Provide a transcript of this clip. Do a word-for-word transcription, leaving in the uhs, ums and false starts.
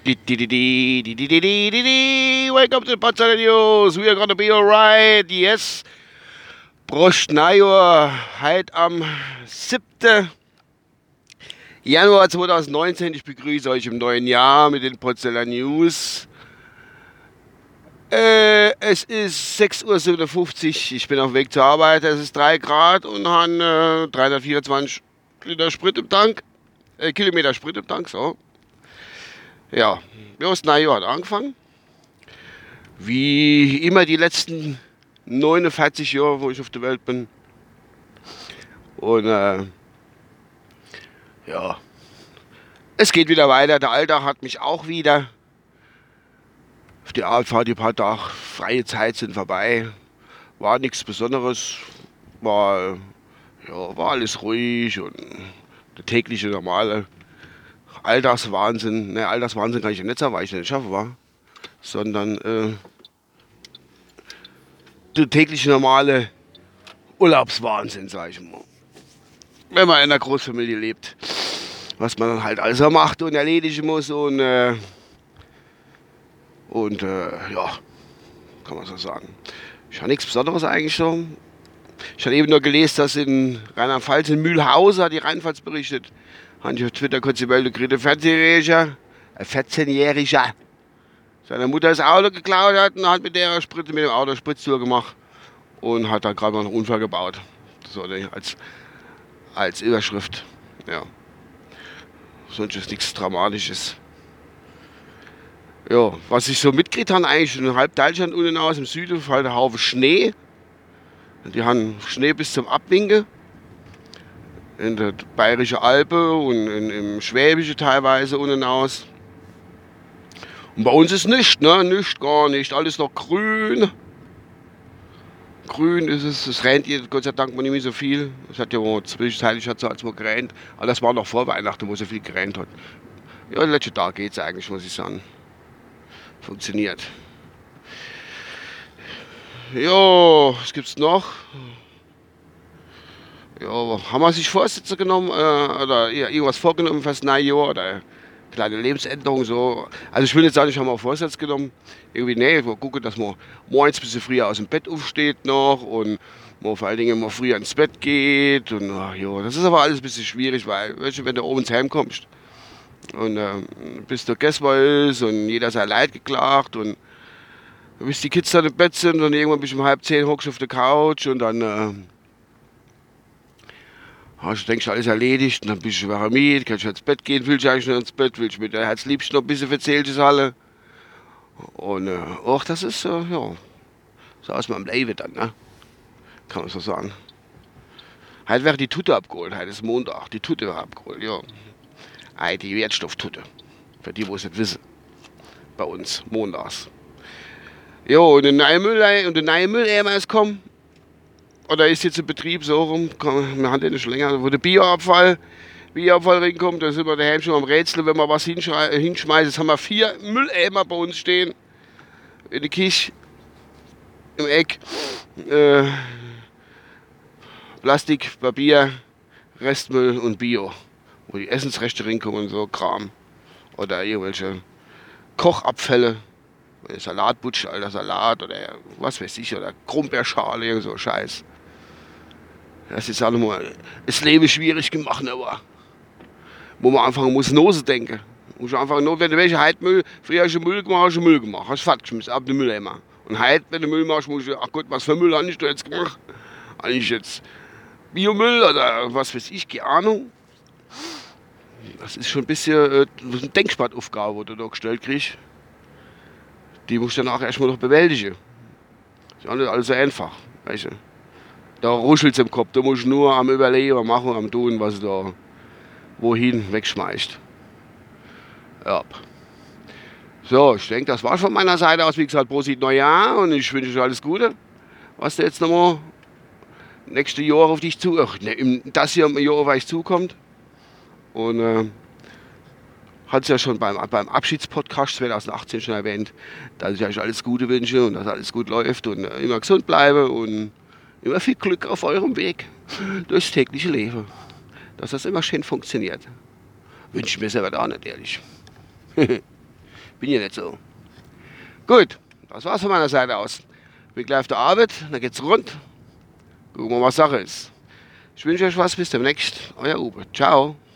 Welcome to the Potsdamer News. We are gonna be alright. Yes. Prost Neujahr. Heute am siebten Januar zweitausendneunzehn. Ich begrüße euch im neuen Jahr mit den Potsdamer News. Äh, es ist sechs Uhr siebenundfünfzig. Ich bin auf dem Weg zur Arbeit. Es ist drei Grad und habe äh, dreihundertvierundzwanzig Liter Sprit im Tank. Äh, Kilometer Sprit im Tank, so. Ja, das Neujahr hat angefangen. Wie immer die letzten neunundvierzig Jahre, wo ich auf der Welt bin. Und äh, ja, es geht wieder weiter. Der Alltag hat mich auch wieder. Auf die Arbeit fahrt, die paar Tage freie Zeit sind vorbei. War nichts Besonderes. War, ja, war alles ruhig und der tägliche normale Alltagswahnsinn. Ne, Alltagswahnsinn kann ich ja nicht sagen, weil ich nicht schaffen war. Sondern äh, der tägliche normale Urlaubswahnsinn, sag ich mal. Wenn man in einer Großfamilie lebt. Was man dann halt alles macht und erledigen muss und äh, und äh, ja, kann man so sagen. Ich habe nichts Besonderes eigentlich so. Ich habe eben nur gelesen, dass in Rheinland-Pfalz, in Mühlhausen, hat die Rheinpfalz berichtet, habe ich auf Twitter kurz die Meldung gekriegt, ein vierzehnjähriger, ein vierzehnjähriger, seine Mutter das Auto geklaut hat und hat mit der Sprit, mit dem Auto Spritztour gemacht und hat dann gerade mal einen Unfall gebaut. Das war als, als Überschrift. Ja. Sonst ist nichts Dramatisches. Ja, was ich so mitgekriegt habe, eigentlich in halb Deutschland unten aus, im Süden fällt ein Haufen Schnee. Die haben Schnee bis zum Abwinken. In der Bayerischen Alpe und in, im Schwäbischen teilweise unten aus. Und bei uns ist nichts, ne? Nichts, gar nicht. Alles noch grün. Grün ist es, es rennt jetzt Gott sei Dank nicht mehr so viel. Es hat ja mal zwischenzeitlich hat so als mal gerennt. Aber das war noch vor Weihnachten, wo so viel gerennt hat. Ja, den letzten Tag geht es eigentlich, muss ich sagen. Funktioniert. Ja, was gibt's noch? Ja, haben wir sich Vorsätze genommen äh, oder ja, irgendwas vorgenommen fürs neue Jahr oder eine kleine Lebensänderung so. Also ich will jetzt sagen, ich habe mal Vorsatz genommen. Irgendwie, nee, ich will gucken, dass man morgens ein bisschen früher aus dem Bett aufsteht noch und man vor allen Dingen immer früher ins Bett geht. Und ach, jo, das ist aber alles ein bisschen schwierig, weil, weißt du, wenn du oben ins Heim kommst und äh, bis der Gäste ist und jeder sein Leid geklagt und bis die Kids dann im Bett sind und irgendwann bis um halb zehn hockst du auf der Couch und dann äh, hast du denkst, alles erledigt und dann bist du warm, kannst du ins Bett gehen, willst du eigentlich noch ins Bett, willst du mit der Herzliebsten noch ein bisschen erzählt, das alle. Und äh, auch das ist, äh, ja, so aus meinem Leben dann, ne? Kann man so sagen. Heute wäre die Tutte abgeholt, heute ist Montag, die Tutte wäre abgeholt, ja. Ei, die Wertstofftutte. Für die, wo es nicht wissen. Bei uns, montags. Jo, und der neue Müll, und der neue Mülleimer ist kommen. Oder ist jetzt im Betrieb so rum, wir haben den schon länger, wo der Bioabfall, Bioabfall reinkommt, da sind wir daheim schon am Rätsel, wenn wir was hinschmeißen. Jetzt haben wir vier Mülleimer bei uns stehen. In der Küche, im Eck. Äh, Plastik, Papier, Restmüll und Bio. Wo die Essensreste reinkommen und so Kram. Oder irgendwelche Kochabfälle. Salatbutsch, alter Salat oder was weiß ich, oder Krummbeerschale, irgend so Scheiß. Das ist auch nochmal das Leben schwierig gemacht, aber wo man anfangen muss, Nose denken. Muss einfach nur, wenn du welche Heidmüll, früher hast du Müll gemacht, hast du Müll gemacht, hast fertig geschmissen, ab dem Mülleimer. Und heute, wenn du Müll machst, musst du, ach Gott, was für Müll habe ich da jetzt gemacht? Habe ich jetzt Biomüll oder was weiß ich, keine Ahnung. Das ist schon ein bisschen äh, eine Denkspadaufgabe, die du da gestellt kriegst. Die musst du danach erstmal noch bewältigen. Das ist auch nicht alles so einfach. Weißt du? Da ruschelt es im Kopf. Da musst du nur am Überlegen, machen, am Tun, was du da wohin wegschmeißt. Ja. So, ich denke, das war's von meiner Seite aus. Wie gesagt, Prosit Neujahr und ich wünsche dir alles Gute. Was da jetzt nochmal nächste Jahr auf dich zu, ach, ne, das hier im Jahr auf euch zukommt. Und äh, hat es ja schon beim, beim Abschiedspodcast zweitausendachtzehn schon erwähnt, dass ich euch alles Gute wünsche und dass alles gut läuft und äh, immer gesund bleibe und immer viel Glück auf eurem Weg durchs tägliche Leben. Dass das immer schön funktioniert. Wünsche ich mir selber auch nicht, ehrlich. Bin ja nicht so. Gut, das war's von meiner Seite aus. Bin gleich auf der Arbeit, dann geht's rund. Gucken wir mal, was Sache ist. Ich wünsche euch was, bis demnächst. Euer Uwe. Ciao.